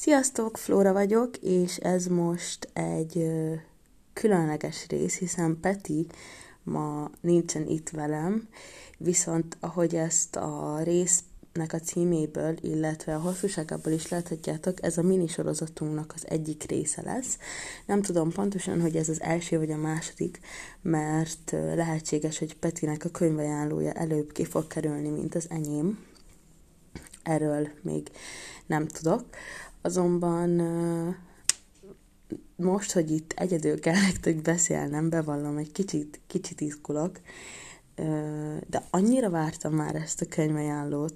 Sziasztok, Flóra vagyok, és ez most egy különleges rész, hiszen Peti ma nincsen itt velem, viszont ahogy ezt a résznek a címéből, illetve a hosszúságából is láthatjátok, ez a minisorozatunknak az egyik része lesz. Nem tudom pontosan, hogy ez az első vagy a második, mert lehetséges, hogy Petinek a könyvajánlója előbb ki fog kerülni, mint az enyém. Erről még nem tudok. Azonban most, hogy itt egyedül kell nektek beszélnem, bevallom, egy kicsit izgulok, de annyira vártam már ezt a könyvajánlót,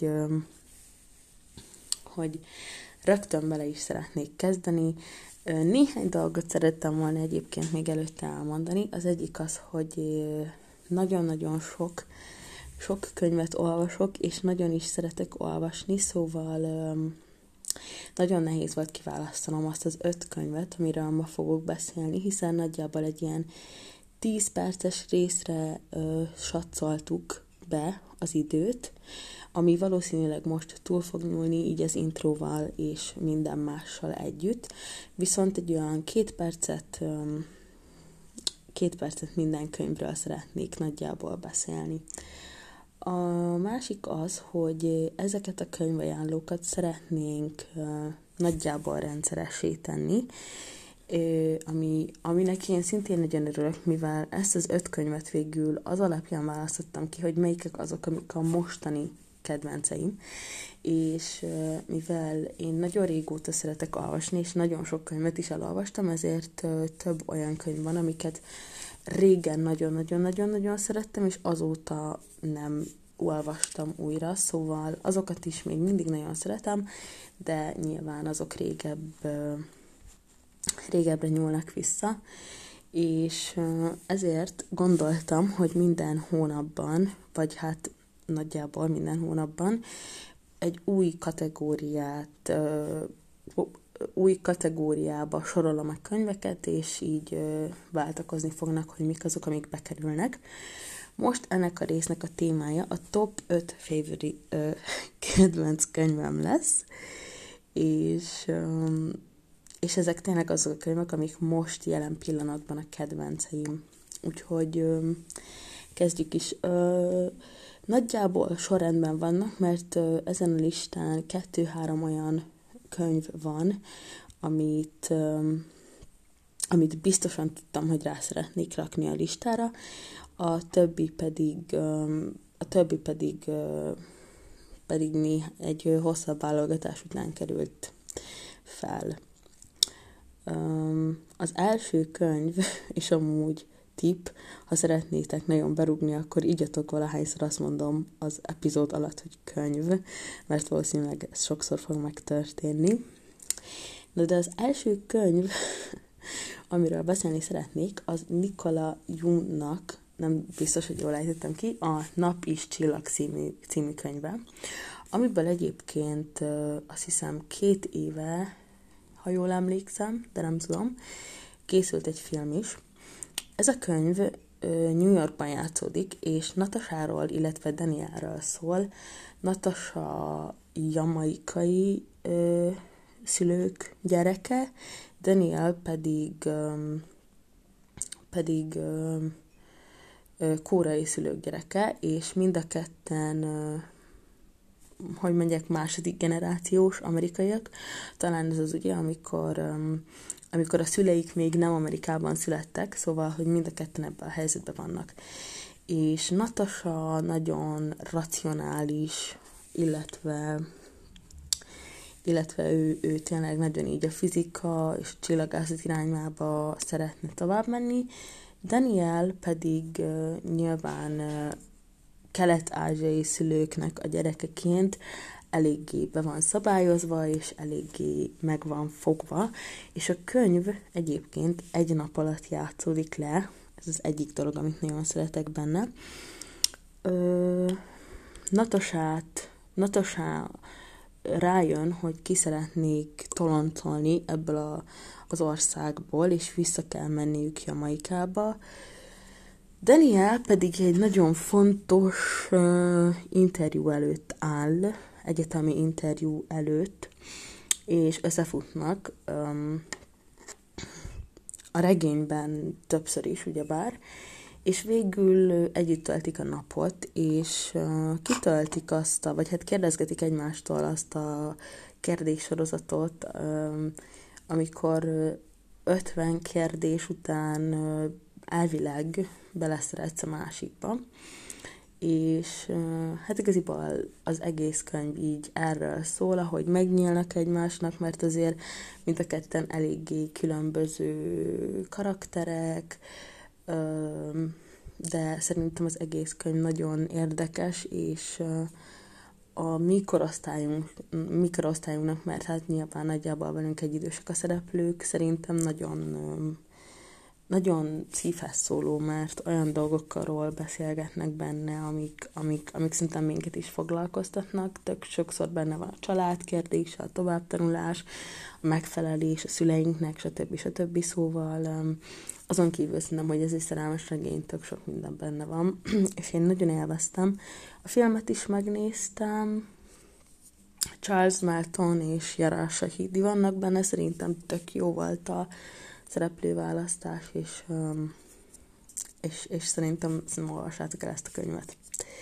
hogy rögtön bele is szeretnék kezdeni. Néhány dolgot szerettem volna egyébként még előtte elmondani. Az egyik az, hogy nagyon-nagyon sok könyvet olvasok, és nagyon is szeretek olvasni, szóval nagyon nehéz volt kiválasztanom azt az 5 könyvet, amiről ma fogok beszélni, hiszen nagyjából egy ilyen 10 perces részre satszoltuk be az időt, ami valószínűleg most túl fog nyúlni, így az intróval és minden mással együtt. Viszont egy olyan 2 percet minden könyvről szeretnék nagyjából beszélni. A másik az, hogy ezeket a könyvajánlókat szeretnénk nagyjából rendszeressé tenni, aminek én szintén nagyon örülök, mivel ezt az 5 könyvet végül az alapján választottam ki, hogy melyikek azok, amik a mostani kedvenceim, és mivel én nagyon régóta szeretek olvasni, és nagyon sok könyvet is elolvastam, ezért több olyan könyv van, amiket régen nagyon-nagyon-nagyon szerettem, és azóta nem olvastam újra, szóval azokat is még mindig nagyon szeretem, de nyilván azok régebbre nyúlnak vissza, és ezért gondoltam, hogy minden hónapban, vagy hát nagyjából minden hónapban egy új kategóriába sorolom a könyveket, és így váltakozni fognak, hogy mik azok, amik bekerülnek. Most ennek a résznek a témája a top 5 favorite kedvenc könyvem lesz, és ezek tényleg azok a könyvek, amik most jelen pillanatban a kedvenceim. Úgyhogy kezdjük is. Nagyjából sorrendben vannak, mert ezen a listán 2-3 olyan könyv van, amit biztosan tudtam, hogy rá szeretnék rakni a listára, a többi pedig egy hosszabb válogatás után került fel. Az első könyv, és amúgy tipp, ha szeretnétek nagyon berúgni, akkor igyatok valahányszor azt mondom az epizód alatt, hogy könyv, mert valószínűleg ez sokszor fog megtörténni. De az első könyv, amiről beszélni szeretnék, az Nicola Yoon-nak, nem biztos, hogy jól ejtettem ki, a Nap és Csillag című könyve, amiből egyébként azt hiszem 2 éve, ha jól emlékszem, de nem tudom, készült egy film is. Ez a könyv New Yorkban játszódik, és Natasáról, illetve Danielről szól. Natasha jamaikai szülők gyereke, Daniel pedig koreai szülők gyereke, és mind a ketten, hogy mondják, második generációs amerikaiak. Talán ez az ugye, amikor a szüleik még nem Amerikában születtek, szóval, hogy mind a ketten ebben a helyzetben vannak. És Natasha nagyon racionális, illetve ő tényleg nagyon így a fizika és a csillagászat irányába szeretne tovább menni. Daniel pedig nyilván kelet-ázsiai szülőknek a gyerekeként eléggé be van szabályozva, és eléggé meg van fogva, és a könyv egyébként egy nap alatt játszódik le, ez az egyik dolog, amit nagyon szeretek benne. Natasha rájön, hogy ki szeretnék toloncolni ebből az országból, és vissza kell menniük Jamaikába. Daniel pedig egy nagyon fontos interjú előtt áll, egyetemi interjú előtt, és összefutnak a regényben többször is, ugyebár, és végül együtt töltik a napot, és kitöltik vagy hát kérdezgetik egymástól azt a kérdéssorozatot, amikor 50 kérdés után elvileg beleszeretsz a másikba, és hát igaziból az egész könyv így erről szól, ahogy megnyílnak egymásnak, mert azért mind a ketten eléggé különböző karakterek, de szerintem az egész könyv nagyon érdekes, és a mi korosztályunknak, mert hát nyilván nagyjából velünk egy idősek a szereplők, szerintem nagyon szívhez szóló, mert olyan dolgokról beszélgetnek benne, amik szerintem minket is foglalkoztatnak. Tök sokszor benne van a családkérdés, a továbbtanulás, a megfelelés a szüleinknek, stb. Szóval azon kívül szerintem, hogy ez egy szerelmes regény, tök sok minden benne van, és én nagyon élveztem. A filmet is megnéztem, Charles Melton és Yara Shahidi vannak benne, szerintem tök jó volt a szereplőválasztás, és szerintem olvassátok el ezt a könyvet.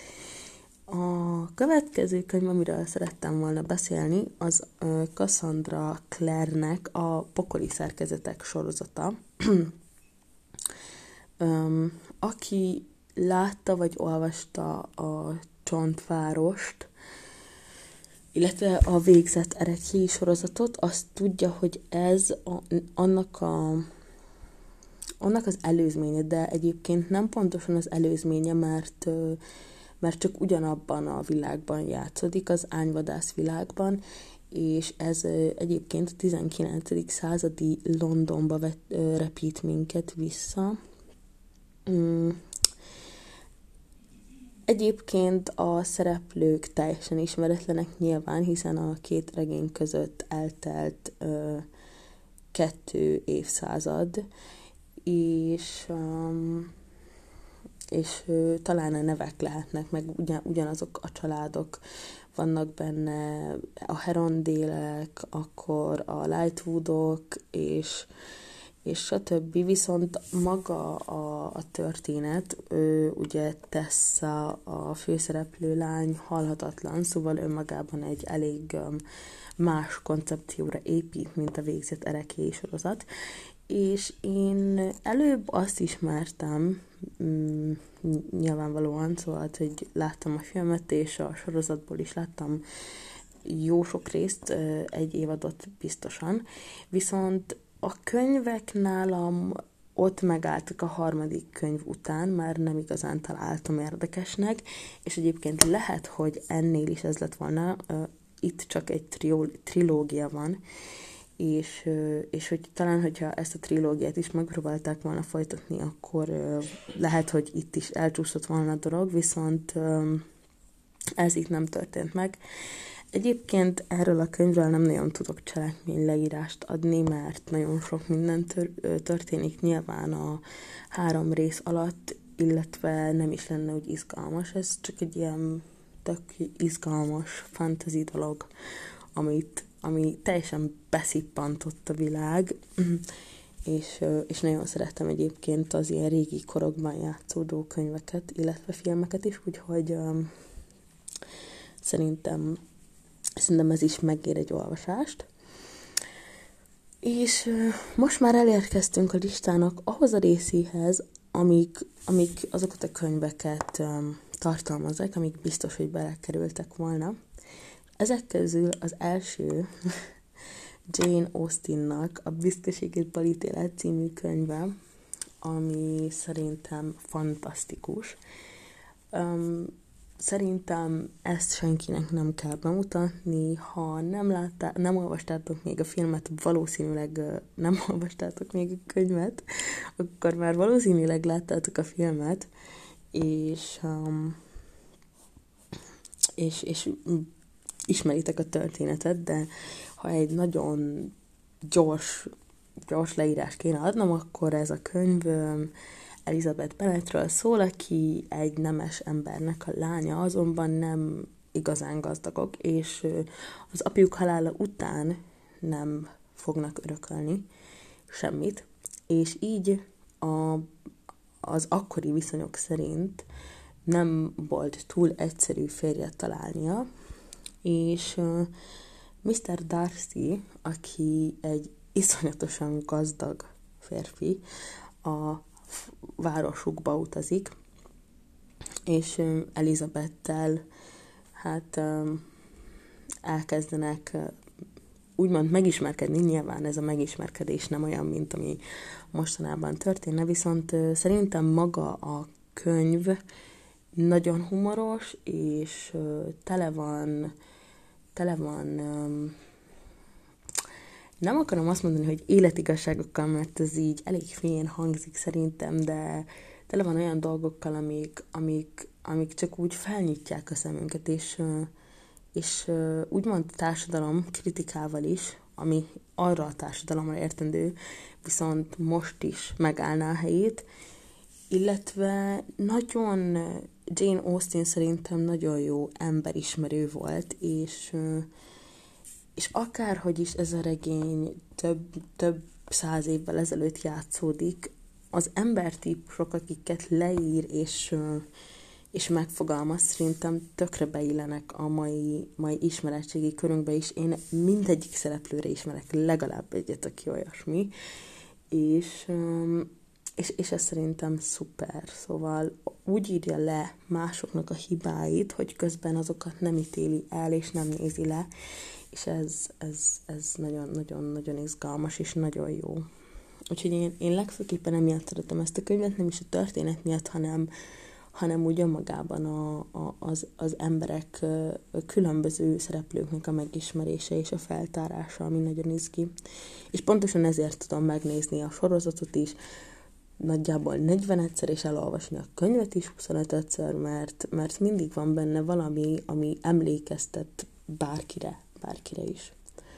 A következő könyv, amiről szerettem volna beszélni, az Cassandra Clare-nek a Pokoli szerkezetek sorozata. Aki látta vagy olvasta a Csontvárost, illetve a Végzett Ereklyéi sorozatot, azt tudja, hogy ez annak az előzménye, de egyébként nem pontosan az előzménye, mert csak ugyanabban a világban játszódik, az ányvadász világban, és ez egyébként a 19. századi Londonba repít minket vissza. Egyébként a szereplők teljesen ismeretlenek nyilván, hiszen a két regény között eltelt 2 évszázad, és talán a nevek lehetnek, meg ugyanazok a családok vannak benne, a Herondélek, akkor a Lightwoodok, és stb. Viszont maga a történet, ugye Tessa, a főszereplő lány halhatatlan, szóval önmagában egy elég más koncepcióra épít, mint a Végzett Ereklyéi sorozat, és én előbb azt ismertem, nyilvánvalóan, szóval, hogy láttam a filmet, és a sorozatból is láttam jó sok részt, 1 évadot biztosan, viszont a könyvek nálam ott megálltak a 3. könyv után, már nem igazán találtam érdekesnek, és egyébként lehet, hogy ennél is ez lett volna, itt csak egy trilógia van, és hogy talán, hogyha ezt a trilógiát is megpróbálták volna folytatni, akkor lehet, hogy itt is elcsúszott volna a dolog, viszont ez itt nem történt meg. Egyébként erről a könyvről nem nagyon tudok cselekmény leírást adni, mert nagyon sok minden történik nyilván a 3 rész alatt, illetve nem is lenne úgy izgalmas. Ez csak egy ilyen tök izgalmas fantasy dolog, ami teljesen beszippantott a világ, és nagyon szeretem egyébként az ilyen régi korokban játszódó könyveket, illetve filmeket is, úgyhogy szerintem ez is megér egy olvasást. És most már elérkeztünk a listának ahhoz a részéhez, amik azokat a könyveket tartalmazzák, amik biztos, hogy belekerültek volna. Ezek közül az első Jane Austennak a Büszkeségét ítélet című könyve, ami szerintem fantasztikus. Szerintem ezt senkinek nem kell bemutatni, ha nem olvastátok még a filmet, valószínűleg nem olvastátok még a könyvet, akkor már valószínűleg láttátok a filmet, és ismeritek a történetet, de ha egy nagyon gyors leírás kéne adnom, akkor ez a könyv Elizabeth Bennetről szól, aki egy nemes embernek a lánya, azonban nem igazán gazdagok, és az apjuk halála után nem fognak örökölni semmit, és így az akkori viszonyok szerint nem volt túl egyszerű férjet találnia, és Mr. Darcy, aki egy iszonyatosan gazdag férfi, a városukba utazik, és Elizabettel elkezdenek úgymond megismerkedni. Nyilván ez a megismerkedés nem olyan, mint ami mostanában történne, viszont szerintem maga a könyv nagyon humoros, és tele van nem akarom azt mondani, hogy életigazságokkal, mert ez így elég hülyén hangzik szerintem, de tele van olyan dolgokkal, amik csak úgy felnyitják a szemünket, és úgymond társadalom kritikával is, ami arra a társadalomra értendő, viszont most is megállná a helyét, illetve nagyon Jane Austen szerintem nagyon jó emberismerő volt, és akárhogy is ez a regény több 100 évvel ezelőtt játszódik, az embertípusok, akiket leír és megfogalmaz, szerintem tökre beillenek a mai ismeretségi körünkbe is. Én mindegyik szereplőre ismerek legalább egyet, aki olyasmi, és ez szerintem szuper. Szóval úgy írja le másoknak a hibáit, hogy közben azokat nem ítéli el, és nem nézi le, és ez nagyon-nagyon izgalmas, és nagyon jó. Úgyhogy én legfőképpen emiatt szeretem ezt a könyvet, nem is a történet miatt, hanem úgy önmagában az emberek különböző szereplőknek a megismerése és a feltárása, ami nagyon izgi. És pontosan ezért tudom megnézni a sorozatot is, nagyjából 40-szer, és elolvasni a könyvet is 25-ször, mert mindig van benne valami, ami emlékeztet bárkire is.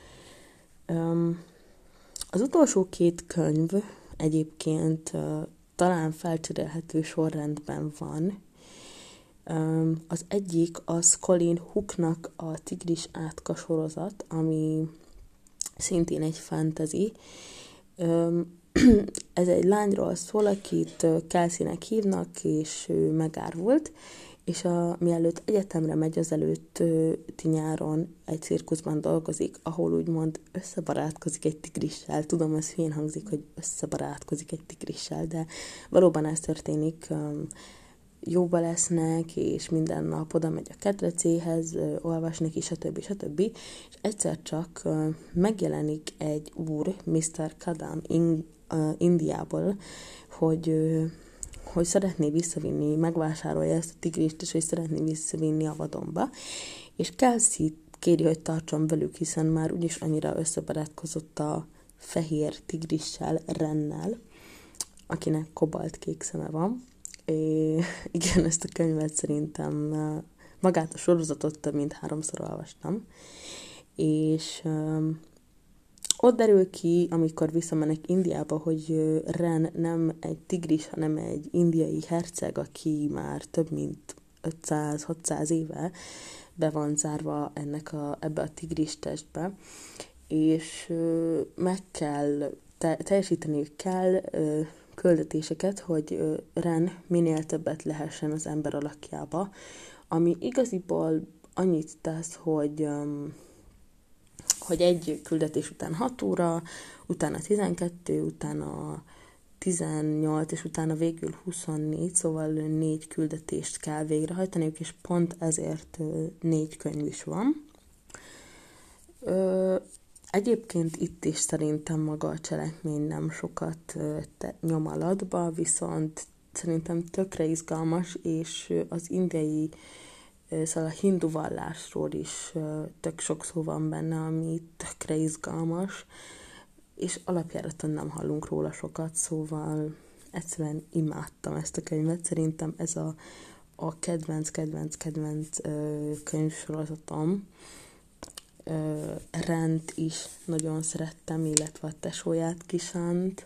Az utolsó 2 könyv egyébként talán felcserélhető sorrendben van. Az egyik az Colleen Hooknak a Tigris átka sorozat, ami szintén egy fantasy. Ez egy lányról szól, akit Kelseynek hívnak, és ő megárvult, és mielőtt egyetemre megy, az előtti nyáron egy cirkuszban dolgozik, ahol úgymond összebarátkozik egy tigrissel. Tudom, ez hülyén hangzik, hogy összebarátkozik egy tigrissel, de valóban ez történik. Jóba lesznek, és minden nap oda megy a kedvecéhez, olvas neki, stb. És egyszer csak megjelenik egy úr, Mr. Kadam Indiából, hogy szeretné visszavinni, megvásárolja ezt a tigrist, és hogy szeretné visszavinni a vadonba. És Kelsey kéri, hogy tartson velük, hiszen már úgyis annyira összebarátkozott a fehér tigrissel, Rennel, akinek kobaltkék szeme van. Igen, ezt a könyvet szerintem magát a sorozatot több mint 3-szor olvastam. És ott derül ki, amikor visszamennek Indiába, hogy Ren nem egy tigris, hanem egy indiai herceg, aki már több mint 500-600 éve be van zárva ebbe a tigris testbe, és teljesíteniük kell küldetéseket, hogy Ren minél többet lehessen az ember alakjába, ami igaziból annyit tesz, hogy egy küldetés után 6 óra, utána 12, utána 18, és utána végül 24, szóval 4 küldetést kell végrehajtaniuk, és pont ezért 4 könyv is van. Egyébként itt is szerintem maga a cselekmény nem sokat nyom alatba, viszont szerintem tökre izgalmas, és az indiai, szóval a hindu vallásról is tök sok szó van benne, ami tökre izgalmas, és alapjáraton nem hallunk róla sokat, szóval egyszerűen imádtam ezt a könyvet. Szerintem ez a kedvenc könyvsorozatom. Rent is nagyon szerettem, illetve a tesóját, Kisant.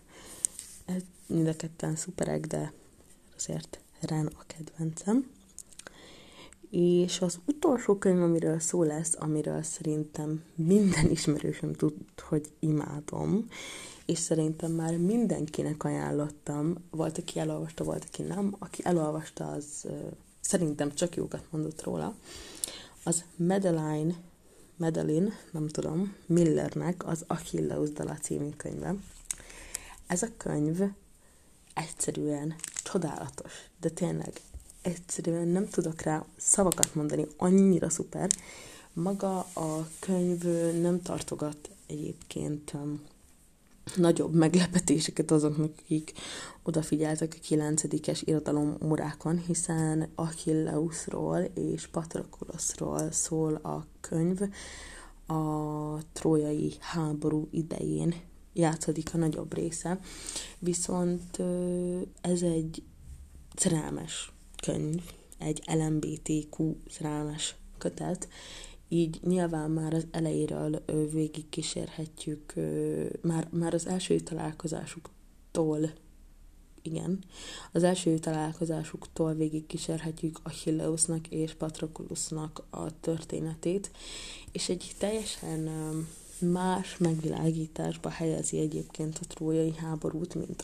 Mind a ketten szuperek, de azért Ren a kedvencem. És az utolsó könyv, amiről szó lesz, amiről szerintem minden ismerősöm tud, hogy imádom, és szerintem már mindenkinek ajánlottam, volt, aki elolvasta, volt, aki nem, aki elolvasta, az szerintem csak jókat mondott róla, az Madeline, nem tudom, Millernek az Achilleus dala című könyve. Ez a könyv egyszerűen csodálatos, de tényleg egyszerűen nem tudok rá szavakat mondani, annyira szuper. Maga a könyv nem tartogat egyébként nagyobb meglepetéseket azoknak, akik odafigyeltek a 9-es irodalom órákon, hiszen Achilleusról és Patrokloszról szól a könyv. A trójai háború idején játszódik a nagyobb része, viszont ez egy szerelmes könyv, egy LMBTQ szerelmes kötet, így nyilván már az elejéről végig kísérhetjük, már az első találkozásuktól, az első találkozásuktól végig kísérhetjük Achilleusnak és Patroklusnak a történetét, és egy teljesen más megvilágításba helyezi egyébként a trójai háborút, mint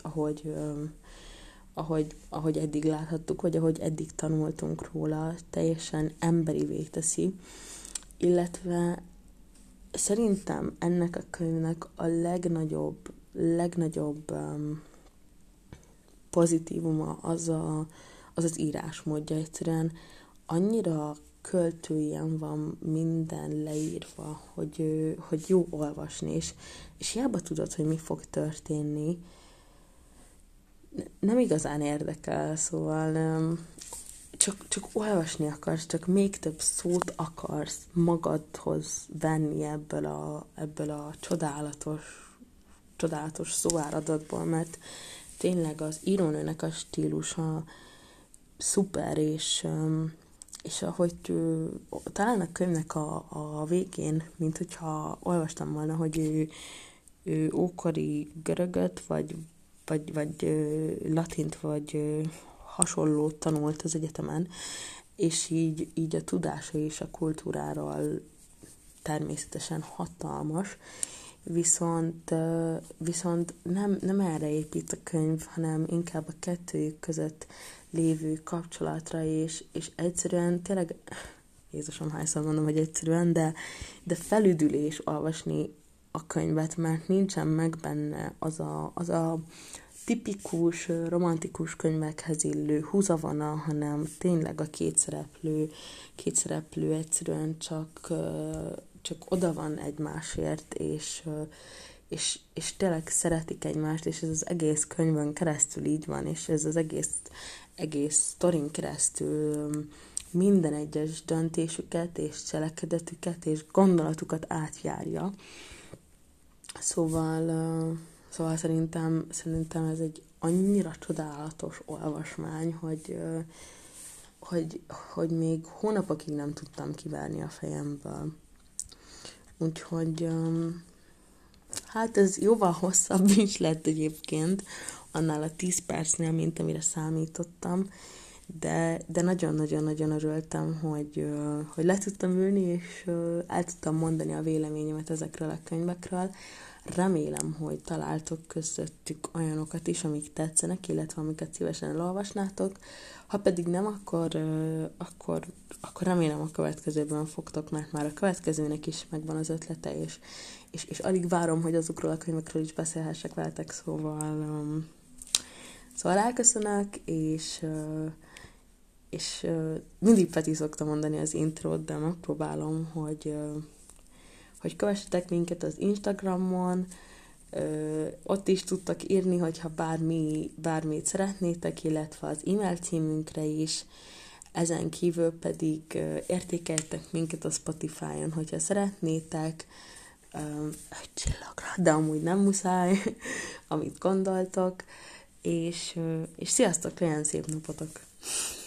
ahogy eddig láthattuk, vagy ahogy eddig tanultunk róla, teljesen emberivé teszi, illetve szerintem ennek a könyvnek a legnagyobb pozitívuma az írásmódja. Egyszerűen annyira költőien van minden leírva, hogy jó olvasni, és hiába tudod, hogy mi fog történni, nem igazán érdekel, szóval csak olvasni akarsz, csak még több szót akarsz magadhoz venni ebből a csodálatos szóáradatból, mert tényleg az írónőnek a stílusa szuper, és ahogy talán a könyvnek a végén, mint hogyha olvastam volna, hogy ő ókori görögöt, vagy latint, vagy hasonlót tanult az egyetemen, és így a tudása és a kultúráról természetesen hatalmas, viszont nem erre épít a könyv, hanem inkább a kettőjük között lévő kapcsolatra, és egyszerűen tényleg, Jézusom, hányszor mondom, hogy egyszerűen, de felüdülés olvasni a könyvet, mert nincsen meg benne az a tipikus, romantikus könyvekhez illő húzavona, hanem tényleg a két szereplő egyszerűen csak oda van egymásért, és tényleg szeretik egymást, és ez az egész könyvön keresztül így van, és ez az egész sztorin keresztül minden egyes döntésüket, és cselekedetüket, és gondolatukat átjárja. Szóval szerintem ez egy annyira csodálatos olvasmány, hogy még hónapokig nem tudtam kiverni a fejemből. Úgyhogy hát ez jóval hosszabb is lett egyébként, annál a 10 percnél, mint amire számítottam, de nagyon-nagyon-nagyon örültem, hogy le tudtam ülni, és el tudtam mondani a véleményemet ezekről a könyvekről. Remélem, hogy találtok közöttük olyanokat is, amik tetszenek, illetve amiket szívesen elolvasnátok. Ha pedig nem, akkor remélem a következőben fogtok, mert már a következőnek is megvan az ötlete, és alig várom, hogy azokról a könyvekről is beszélhessek veletek, szóval elköszönök, és mindig Peti szokta mondani az intrót, de megpróbálom, hogy kövessetek minket az Instagramon, ott is tudtak írni, hogyha bármit szeretnétek, illetve az e-mail címünkre is. Ezen kívül pedig értékeljetek minket a Spotify-on, hogyha szeretnétek, egy csillagra, de amúgy nem muszáj, amit gondoltok, és sziasztok, legyen szép napotok!